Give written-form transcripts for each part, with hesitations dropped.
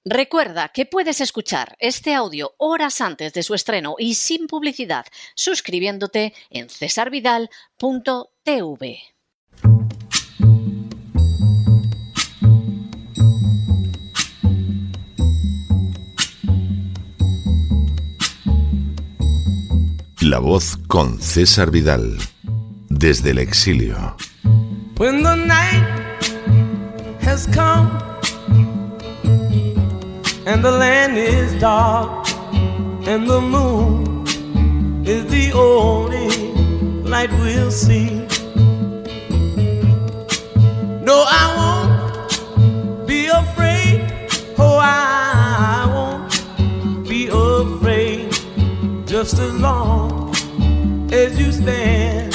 Recuerda que puedes escuchar este audio horas antes de su estreno y sin publicidad suscribiéndote en cesarvidal.tv. La Voz con César Vidal, desde el exilio. When the night has come and the land is dark and the moon is the only light we'll see. No, I won't be afraid. Oh, I won't be afraid. Just as long as you stand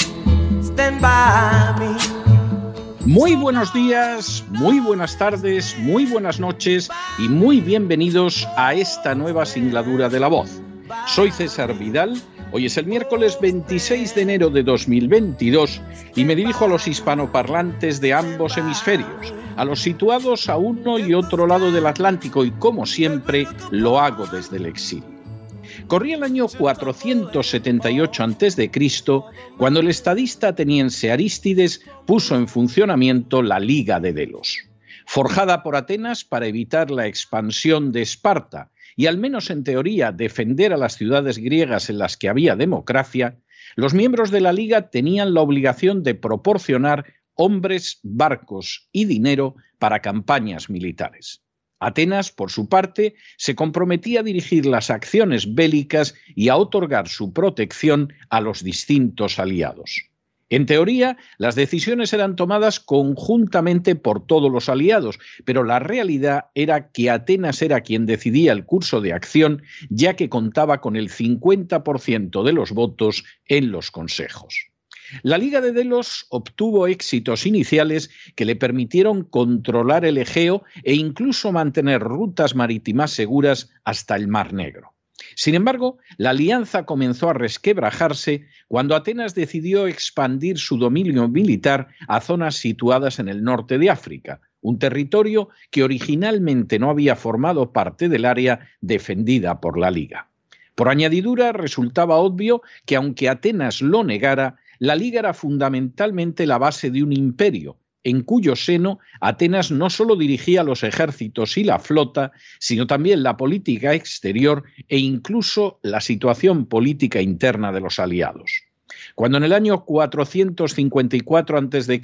by me. Muy buenos días, muy buenas tardes, muy buenas noches y muy bienvenidos a esta nueva singladura de La Voz. Soy César Vidal, hoy es el miércoles 26 de enero de 2022 y me dirijo a los hispanoparlantes de ambos hemisferios, a los situados a uno y otro lado del Atlántico y, como siempre, lo hago desde el exilio. Corría el año 478 a.C., cuando el estadista ateniense Arístides puso en funcionamiento la Liga de Delos. Forjada por Atenas para evitar la expansión de Esparta y, al menos en teoría, defender a las ciudades griegas en las que había democracia, los miembros de la Liga tenían la obligación de proporcionar hombres, barcos y dinero para campañas militares. Atenas, por su parte, se comprometía a dirigir las acciones bélicas y a otorgar su protección a los distintos aliados. En teoría, las decisiones eran tomadas conjuntamente por todos los aliados, pero la realidad era que Atenas era quien decidía el curso de acción, ya que contaba con el 50% de los votos en los consejos. La Liga de Delos obtuvo éxitos iniciales que le permitieron controlar el Egeo e incluso mantener rutas marítimas seguras hasta el Mar Negro. Sin embargo, la alianza comenzó a resquebrajarse cuando Atenas decidió expandir su dominio militar a zonas situadas en el norte de África, un territorio que originalmente no había formado parte del área defendida por la Liga. Por añadidura, resultaba obvio que, aunque Atenas lo negara, la Liga era fundamentalmente la base de un imperio, en cuyo seno Atenas no solo dirigía los ejércitos y la flota, sino también la política exterior e incluso la situación política interna de los aliados. Cuando en el año 454 a.C.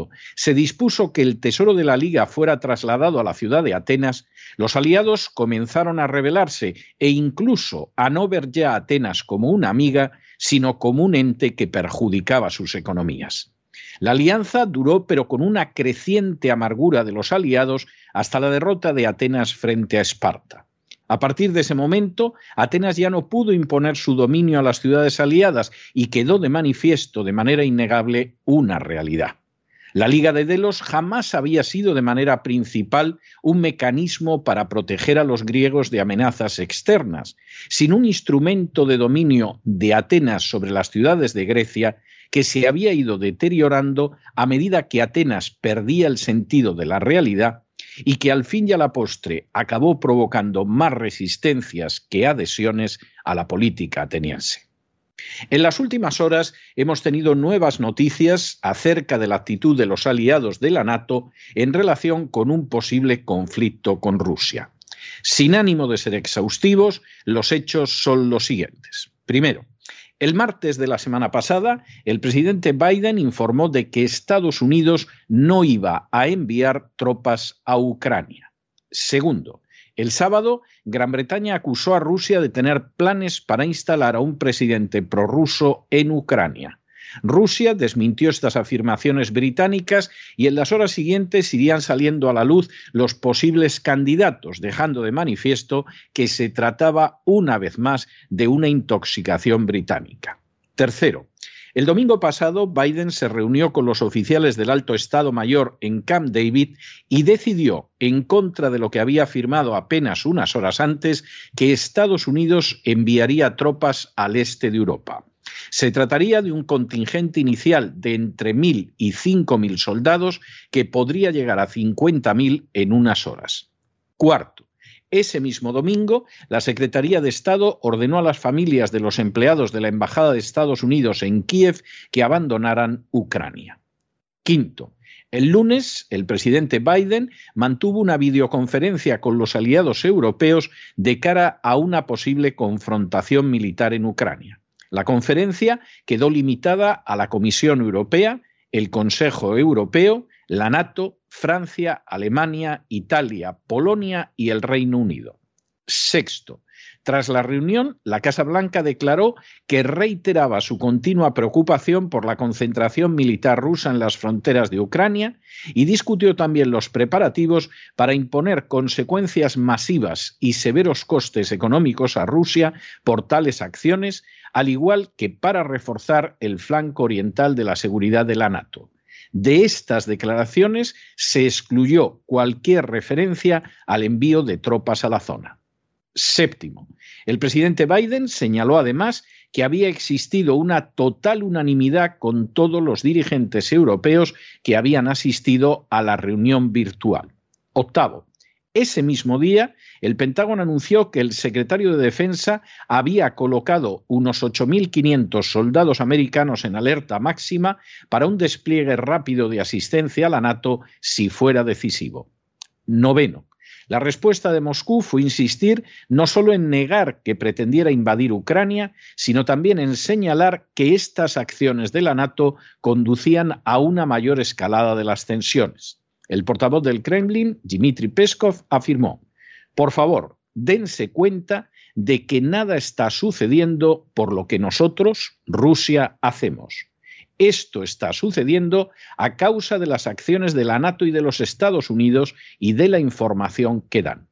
se dispuso que el tesoro de la Liga fuera trasladado a la ciudad de Atenas, los aliados comenzaron a rebelarse e incluso a no ver ya a Atenas como una amiga, sino como un ente que perjudicaba sus economías. La alianza duró, pero con una creciente amargura de los aliados, hasta la derrota de Atenas frente a Esparta. A partir de ese momento, Atenas ya no pudo imponer su dominio a las ciudades aliadas y quedó de manifiesto de manera innegable una realidad. La Liga de Delos jamás había sido de manera principal un mecanismo para proteger a los griegos de amenazas externas, sino un instrumento de dominio de Atenas sobre las ciudades de Grecia que se había ido deteriorando a medida que Atenas perdía el sentido de la realidad y que al fin y a la postre acabó provocando más resistencias que adhesiones a la política ateniense. En las últimas horas hemos tenido nuevas noticias acerca de la actitud de los aliados de la NATO en relación con un posible conflicto con Rusia. Sin ánimo de ser exhaustivos, los hechos son los siguientes. Primero, el martes de la semana pasada, el presidente Biden informó de que Estados Unidos no iba a enviar tropas a Ucrania. Segundo, el sábado, Gran Bretaña acusó a Rusia de tener planes para instalar a un presidente prorruso en Ucrania. Rusia desmintió estas afirmaciones británicas y en las horas siguientes irían saliendo a la luz los posibles candidatos, dejando de manifiesto que se trataba una vez más de una intoxicación británica. Tercero, el domingo pasado Biden se reunió con los oficiales del Alto Estado Mayor en Camp David y decidió, en contra de lo que había afirmado apenas unas horas antes, que Estados Unidos enviaría tropas al este de Europa. Se trataría de un contingente inicial de entre 1.000 y 5.000 soldados que podría llegar a 50.000 en unas horas. Cuarto, Ese mismo domingo, la Secretaría de Estado ordenó a las familias de los empleados de la Embajada de Estados Unidos en Kiev que abandonaran Ucrania. Quinto, el lunes, el presidente Biden mantuvo una videoconferencia con los aliados europeos de cara a una posible confrontación militar en Ucrania. La conferencia quedó limitada a la Comisión Europea, el Consejo Europeo, la NATO, Francia, Alemania, Italia, Polonia y el Reino Unido. Sexto, tras la reunión, la Casa Blanca declaró que reiteraba su continua preocupación por la concentración militar rusa en las fronteras de Ucrania y discutió también los preparativos para imponer consecuencias masivas y severos costes económicos a Rusia por tales acciones, al igual que para reforzar el flanco oriental de la seguridad de la NATO. De estas declaraciones se excluyó cualquier referencia al envío de tropas a la zona. Séptimo, el presidente Biden señaló además que había existido una total unanimidad con todos los dirigentes europeos que habían asistido a la reunión virtual. Octavo, ese mismo día, el Pentágono anunció que el secretario de Defensa había colocado unos 8.500 soldados americanos en alerta máxima para un despliegue rápido de asistencia a la NATO si fuera decisivo. Noveno, la respuesta de Moscú fue insistir no solo en negar que pretendiera invadir Ucrania, sino también en señalar que estas acciones de la NATO conducían a una mayor escalada de las tensiones. El portavoz del Kremlin, Dmitry Peskov, afirmó: por favor, dense cuenta de que nada está sucediendo por lo que nosotros, Rusia, hacemos. Esto está sucediendo a causa de las acciones de la NATO y de los Estados Unidos y de la información que dan.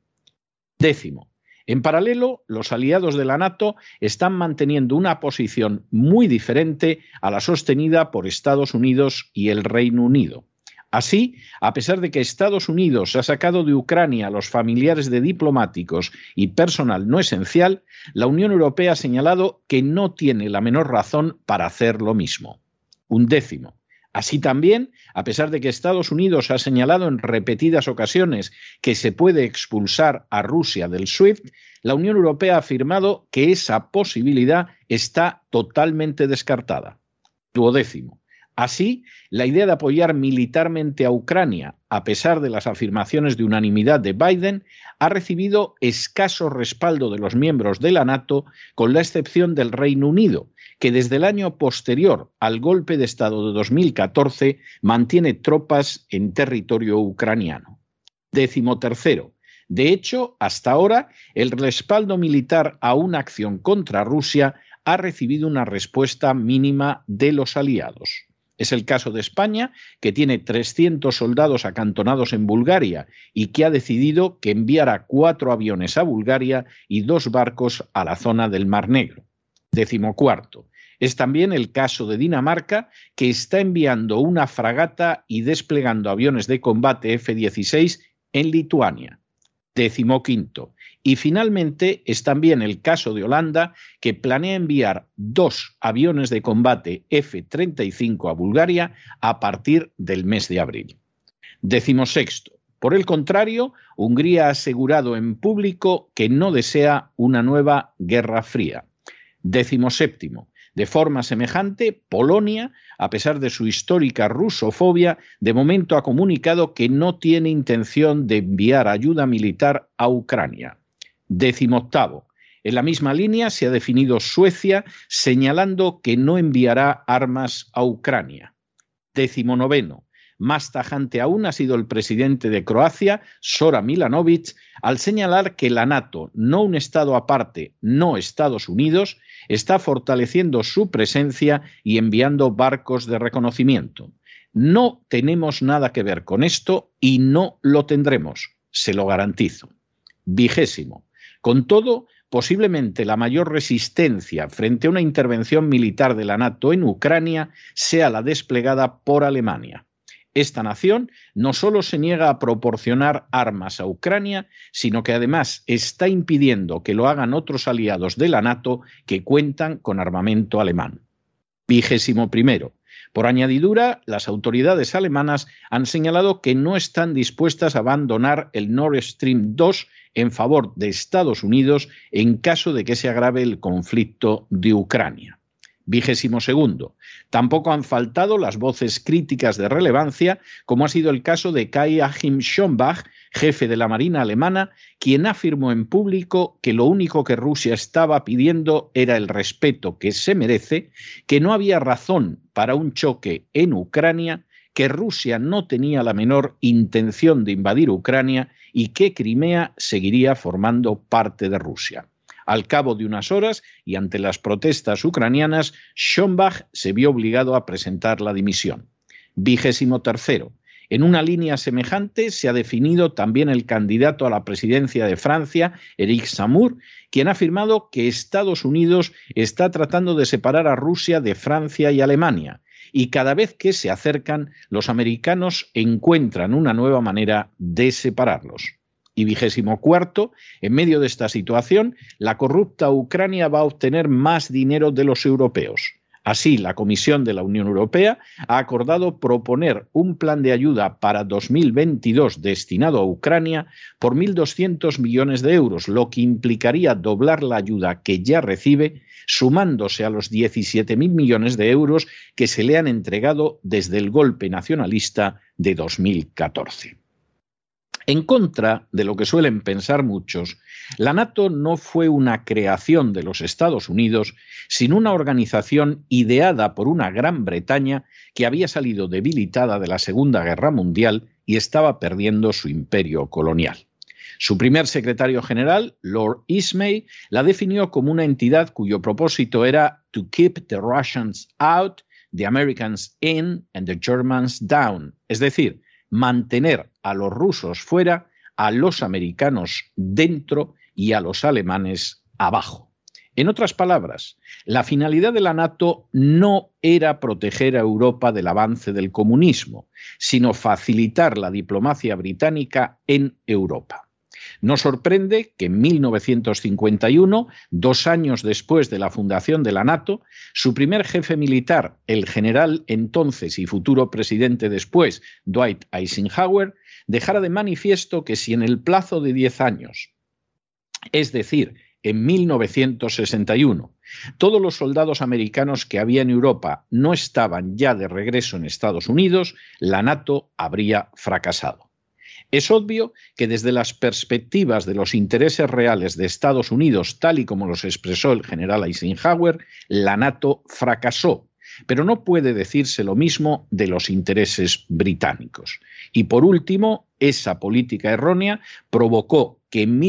Décimo, en paralelo, los aliados de la NATO están manteniendo una posición muy diferente a la sostenida por Estados Unidos y el Reino Unido. Así, a pesar de que Estados Unidos ha sacado de Ucrania a los familiares de diplomáticos y personal no esencial, la Unión Europea ha señalado que no tiene la menor razón para hacer lo mismo. Undécimo. Así también, a pesar de que Estados Unidos ha señalado en repetidas ocasiones que se puede expulsar a Rusia del SWIFT, la Unión Europea ha afirmado que esa posibilidad está totalmente descartada. Duodécimo. Así, la idea de apoyar militarmente a Ucrania, a pesar de las afirmaciones de unanimidad de Biden, ha recibido escaso respaldo de los miembros de la NATO, con la excepción del Reino Unido, que desde el año posterior al golpe de Estado de 2014 mantiene tropas en territorio ucraniano. 13º. De hecho, hasta ahora, el respaldo militar a una acción contra Rusia ha recibido una respuesta mínima de los aliados. Es el caso de España, que tiene 300 soldados acantonados en Bulgaria y que ha decidido que enviará 4 aviones a Bulgaria y 2 barcos a la zona del Mar Negro. 14º. Es también el caso de Dinamarca, que está enviando una fragata y desplegando aviones de combate F-16 en Lituania. 15º. Y finalmente es también el caso de Holanda, que planea enviar 2 aviones de combate F-35 a Bulgaria a partir del mes de abril. 16º. Por el contrario, Hungría ha asegurado en público que no desea una nueva guerra fría. 17º. De forma semejante, Polonia, a pesar de su histórica rusofobia, de momento ha comunicado que no tiene intención de enviar ayuda militar a Ucrania. 18º. En la misma línea se ha definido Suecia, señalando que no enviará armas a Ucrania. 19º. Más tajante aún ha sido el presidente de Croacia, Zoran Milanovic, al señalar que la NATO, no un Estado aparte, no Estados Unidos, está fortaleciendo su presencia y enviando barcos de reconocimiento. No tenemos nada que ver con esto y no lo tendremos, se lo garantizo. 20º. Con todo, posiblemente la mayor resistencia frente a una intervención militar de la NATO en Ucrania sea la desplegada por Alemania. Esta nación no solo se niega a proporcionar armas a Ucrania, sino que además está impidiendo que lo hagan otros aliados de la NATO que cuentan con armamento alemán. 21º. Por añadidura, las autoridades alemanas han señalado que no están dispuestas a abandonar el Nord Stream 2 en favor de Estados Unidos en caso de que se agrave el conflicto de Ucrania. 22. Tampoco han faltado las voces críticas de relevancia, como ha sido el caso de Kai-Achim Schonbach, jefe de la Marina alemana, quien afirmó en público que lo único que Rusia estaba pidiendo era el respeto que se merece, que no había razón para un choque en Ucrania, que Rusia no tenía la menor intención de invadir Ucrania y que Crimea seguiría formando parte de Rusia. Al cabo de unas horas y ante las protestas ucranianas, Schonbach se vio obligado a presentar la dimisión. 23. En una línea semejante se ha definido también el candidato a la presidencia de Francia, Éric Zemmour, quien ha afirmado que Estados Unidos está tratando de separar a Rusia de Francia y Alemania, y cada vez que se acercan, los americanos encuentran una nueva manera de separarlos. Y 24, en medio de esta situación, la corrupta Ucrania va a obtener más dinero de los europeos. Así, la Comisión de la Unión Europea ha acordado proponer un plan de ayuda para 2022 destinado a Ucrania por 1.200 millones de euros, lo que implicaría doblar la ayuda que ya recibe, sumándose a los 17.000 millones de euros que se le han entregado desde el golpe nacionalista de 2014. En contra de lo que suelen pensar muchos, la NATO no fue una creación de los Estados Unidos, sino una organización ideada por una Gran Bretaña que había salido debilitada de la Segunda Guerra Mundial y estaba perdiendo su imperio colonial. Su primer secretario general, Lord Ismay, la definió como una entidad cuyo propósito era to keep the Russians out, the Americans in and the Germans down, es decir, mantener a los rusos fuera, a los americanos dentro y a los alemanes abajo. En otras palabras, la finalidad de la NATO no era proteger a Europa del avance del comunismo, sino facilitar la diplomacia británica en Europa. No sorprende que en 1951, 2 años después de la fundación de la NATO, su primer jefe militar, el general entonces y futuro presidente después, Dwight Eisenhower, dejara de manifiesto que si en el plazo de 10 años, es decir, en 1961, todos los soldados americanos que había en Europa no estaban ya de regreso en Estados Unidos, la NATO habría fracasado. Es obvio que desde las perspectivas de los intereses reales de Estados Unidos, tal y como los expresó el general Eisenhower, la NATO fracasó, pero no puede decirse lo mismo de los intereses británicos. Y por último, esa política errónea provocó que en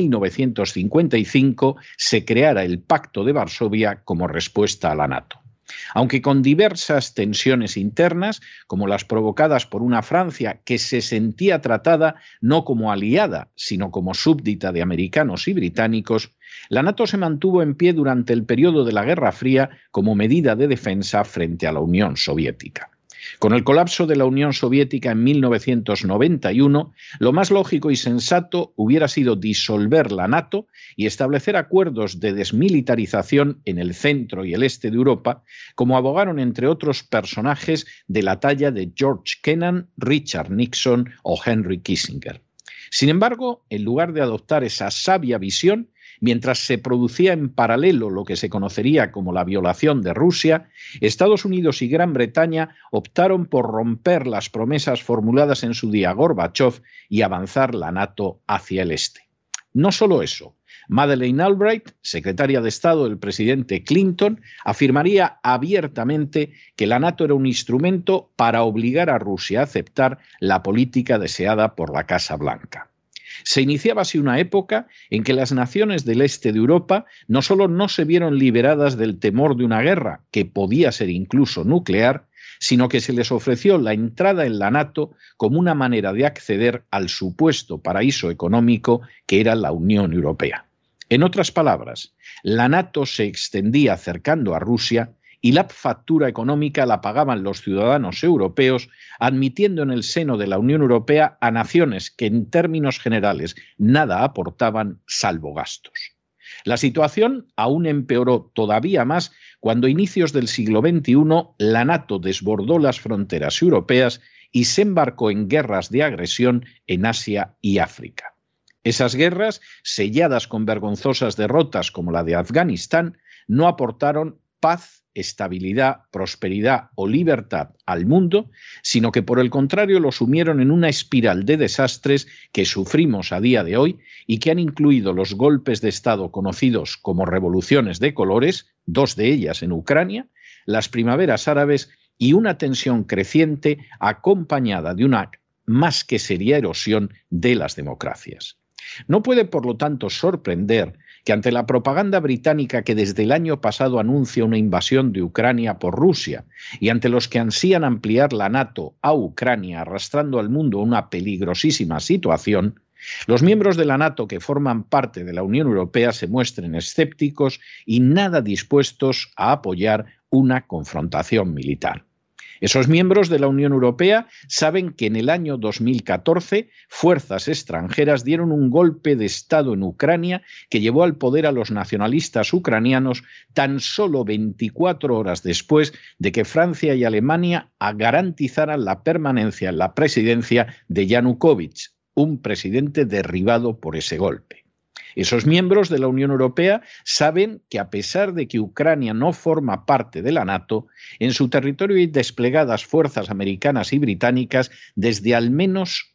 1955 se creara el Pacto de Varsovia como respuesta a la NATO. Aunque con diversas tensiones internas, como las provocadas por una Francia que se sentía tratada no como aliada, sino como súbdita de americanos y británicos, la NATO se mantuvo en pie durante el periodo de la Guerra Fría como medida de defensa frente a la Unión Soviética. Con el colapso de la Unión Soviética en 1991, lo más lógico y sensato hubiera sido disolver la NATO y establecer acuerdos de desmilitarización en el centro y el este de Europa, como abogaron entre otros personajes de la talla de George Kennan, Richard Nixon o Henry Kissinger. Sin embargo, en lugar de adoptar esa sabia visión, mientras se producía en paralelo lo que se conocería como la violación de Rusia, Estados Unidos y Gran Bretaña optaron por romper las promesas formuladas en su día Gorbachov y avanzar la NATO hacia el este. No solo eso, Madeleine Albright, secretaria de Estado del presidente Clinton, afirmaría abiertamente que la NATO era un instrumento para obligar a Rusia a aceptar la política deseada por la Casa Blanca. Se iniciaba así una época en que las naciones del este de Europa no solo no se vieron liberadas del temor de una guerra, que podía ser incluso nuclear, sino que se les ofreció la entrada en la NATO como una manera de acceder al supuesto paraíso económico que era la Unión Europea. En otras palabras, la NATO se extendía acercando a Rusia y la factura económica la pagaban los ciudadanos europeos, admitiendo en el seno de la Unión Europea a naciones que en términos generales nada aportaban salvo gastos. La situación aún empeoró todavía más cuando a inicios del siglo XXI la NATO desbordó las fronteras europeas y se embarcó en guerras de agresión en Asia y África. Esas guerras, selladas con vergonzosas derrotas como la de Afganistán, no aportaron paz, estabilidad, prosperidad o libertad al mundo, sino que por el contrario lo sumieron en una espiral de desastres que sufrimos a día de hoy y que han incluido los golpes de Estado conocidos como revoluciones de colores, 2 de ellas en Ucrania, las primaveras árabes y una tensión creciente acompañada de una más que seria erosión de las democracias. No puede, por lo tanto, sorprender que ante la propaganda británica que desde el año pasado anuncia una invasión de Ucrania por Rusia y ante los que ansían ampliar la NATO a Ucrania arrastrando al mundo a una peligrosísima situación, los miembros de la NATO que forman parte de la Unión Europea se muestren escépticos y nada dispuestos a apoyar una confrontación militar. Esos miembros de la Unión Europea saben que en el año 2014 fuerzas extranjeras dieron un golpe de Estado en Ucrania que llevó al poder a los nacionalistas ucranianos tan solo 24 horas después de que Francia y Alemania garantizaran la permanencia en la presidencia de Yanukovych, un presidente derribado por ese golpe. Esos miembros de la Unión Europea saben que a pesar de que Ucrania no forma parte de la NATO, en su territorio hay desplegadas fuerzas americanas y británicas desde al menos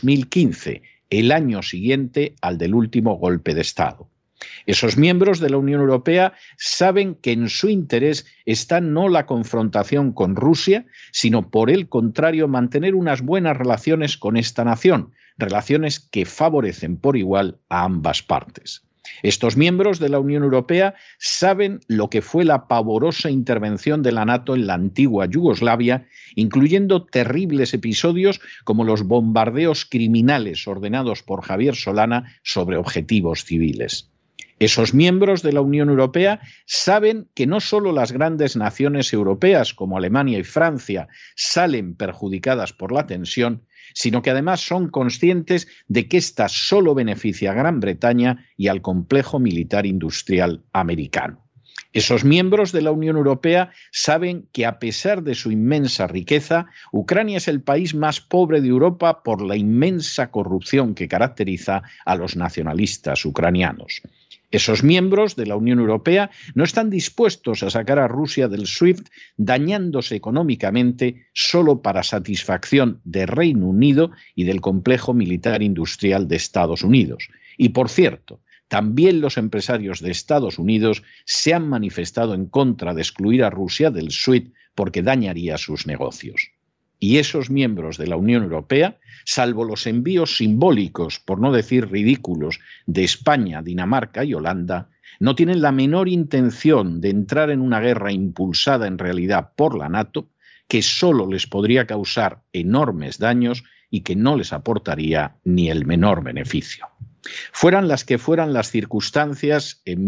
2015, el año siguiente al del último golpe de Estado. Esos miembros de la Unión Europea saben que en su interés está no la confrontación con Rusia, sino por el contrario mantener unas buenas relaciones con esta nación, relaciones que favorecen por igual a ambas partes. Estos miembros de la Unión Europea saben lo que fue la pavorosa intervención de la NATO en la antigua Yugoslavia, incluyendo terribles episodios como los bombardeos criminales ordenados por Javier Solana sobre objetivos civiles. Esos miembros de la Unión Europea saben que no solo las grandes naciones europeas como Alemania y Francia salen perjudicadas por la tensión, sino que además son conscientes de que ésta solo beneficia a Gran Bretaña y al complejo militar industrial americano. Esos miembros de la Unión Europea saben que a pesar de su inmensa riqueza, Ucrania es el país más pobre de Europa por la inmensa corrupción que caracteriza a los nacionalistas ucranianos. Esos miembros de la Unión Europea no están dispuestos a sacar a Rusia del SWIFT dañándose económicamente solo para satisfacción de Reino Unido y del complejo militar industrial de Estados Unidos. Y por cierto, también los empresarios de Estados Unidos se han manifestado en contra de excluir a Rusia del SWIFT porque dañaría sus negocios. Y esos miembros de la Unión Europea, salvo los envíos simbólicos, por no decir ridículos, de España, Dinamarca y Holanda, no tienen la menor intención de entrar en una guerra impulsada en realidad por la NATO, que solo les podría causar enormes daños y que no les aportaría ni el menor beneficio. Fueran las que fueran las circunstancias en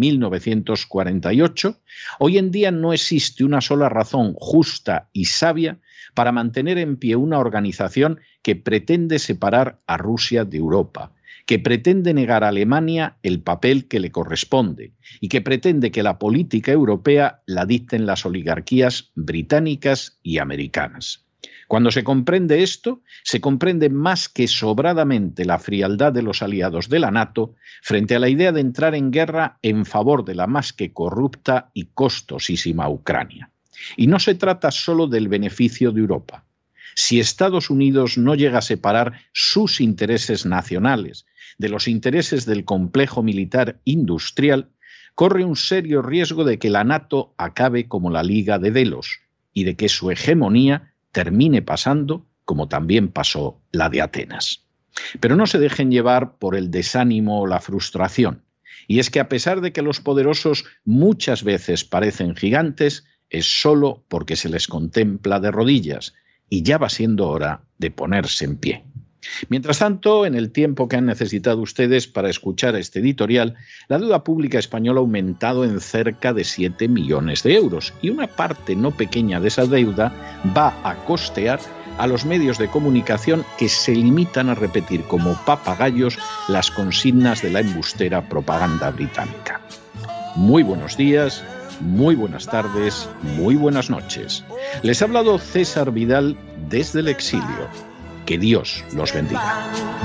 1948, hoy en día no existe una sola razón justa y sabia para mantener en pie una organización que pretende separar a Rusia de Europa, que pretende negar a Alemania el papel que le corresponde y que pretende que la política europea la dicten las oligarquías británicas y americanas. Cuando se comprende esto, se comprende más que sobradamente la frialdad de los aliados de la NATO frente a la idea de entrar en guerra en favor de la más que corrupta y costosísima Ucrania. Y no se trata solo del beneficio de Europa. Si Estados Unidos no llega a separar sus intereses nacionales de los intereses del complejo militar industrial, corre un serio riesgo de que la NATO acabe como la Liga de Delos y de que su hegemonía termine pasando como también pasó la de Atenas. Pero no se dejen llevar por el desánimo o la frustración. Y es que a pesar de que los poderosos muchas veces parecen gigantes, es solo porque se les contempla de rodillas y ya va siendo hora de ponerse en pie. Mientras tanto, en el tiempo que han necesitado ustedes para escuchar este editorial, la deuda pública española ha aumentado en cerca de 7 millones de euros y una parte no pequeña de esa deuda va a costear a los medios de comunicación que se limitan a repetir como papagayos las consignas de la embustera propaganda británica. Muy buenos días, muy buenas tardes, muy buenas noches. Les ha hablado César Vidal desde el exilio. Que Dios los bendiga.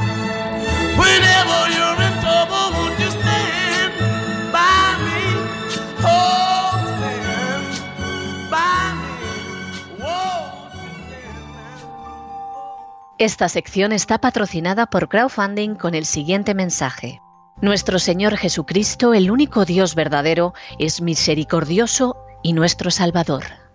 Esta sección está patrocinada por Crowdfunding con el siguiente mensaje. Nuestro Señor Jesucristo, el único Dios verdadero, es misericordioso y nuestro Salvador.